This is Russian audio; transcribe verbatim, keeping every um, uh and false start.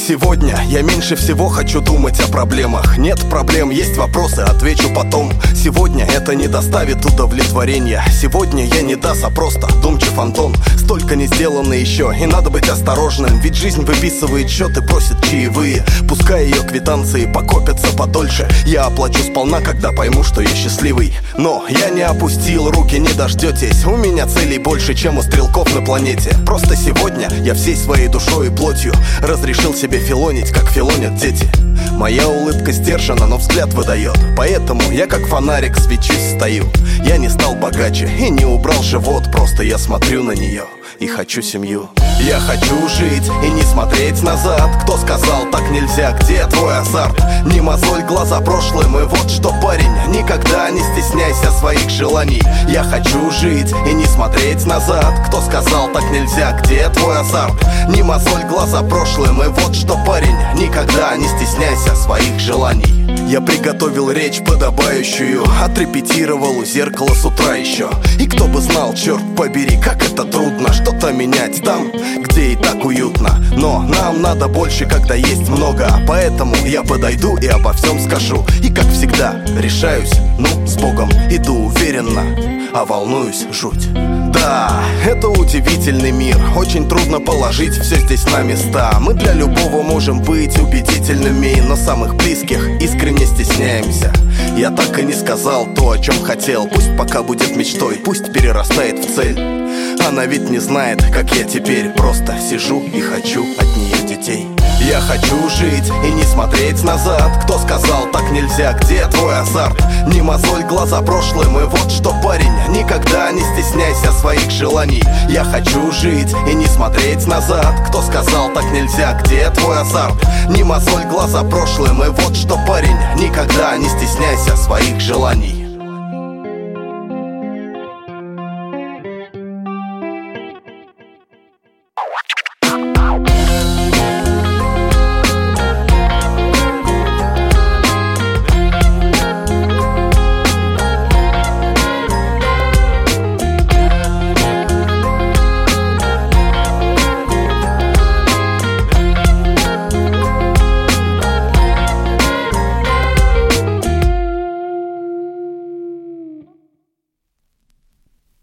Сегодня я меньше всего хочу думать о проблемах. Нет проблем, есть вопросы, отвечу потом. Сегодня это не доставит удовлетворения. Сегодня я не даст, а просто думчив Антон. Столько не сделано еще, и надо быть осторожным. Ведь жизнь выписывает счет и просит чаевые. Пускай ее квитанции покопятся подольше. Я оплачу сполна, когда пойму, что я счастливый. Но я не опустил руки, не дождетесь. У меня целей больше, чем у стрелков на планете. Просто сегодня я всей своей душой и плотью разрешил себе филонить, как филонят дети. Моя улыбка сдержана, но взгляд выдает. Поэтому я как фонарик свечусь, стою. Я не стал богаче и не убрал живот. Просто я смотрю на нее и хочу семью. Я хочу жить и не смотреть назад. Кто сказал, так нельзя, где твой азарт? Не мозоль глаза прошлым, и вот что, парень, никогда не стесняйся своих желаний. Я хочу жить и не смотреть назад. Кто сказал, так нельзя, где твой азарт? Не мозоль глаза прошлым, и вот что, парень, никогда не стесняйся своих желаний. Я приготовил речь подобающую, отрепетировал у зеркала с утра еще. И кто бы знал, черт побери, как это трудно что-то менять там, где и так уютно. Но нам надо больше, когда есть много. Поэтому я подойду и обо всем скажу. И как всегда решаюсь, ну, с Богом иду уверенно, а волнуюсь жуть. Да, это удивительный мир. Очень трудно положить все здесь на места. Мы для любого можем быть убедительными, но самых близких искренне стесняемся. Я так и не сказал то, о чем хотел. Пусть пока будет мечтой, пусть перерастает в цель. Она ведь не знает, как я теперь. Просто сижу и хочу от нее детей. Я хочу жить и не смотреть назад. Кто сказал, так нельзя, где твой азарт? Не мозоль глаза прошлым, и вот что, парень, никогда не стесняйся своих желаний. Я хочу жить и не смотреть назад. Кто сказал, так нельзя, где твой азарт? Не мозоль глаза прошлым, и вот что, парень, никогда не стесняйся своих желаний.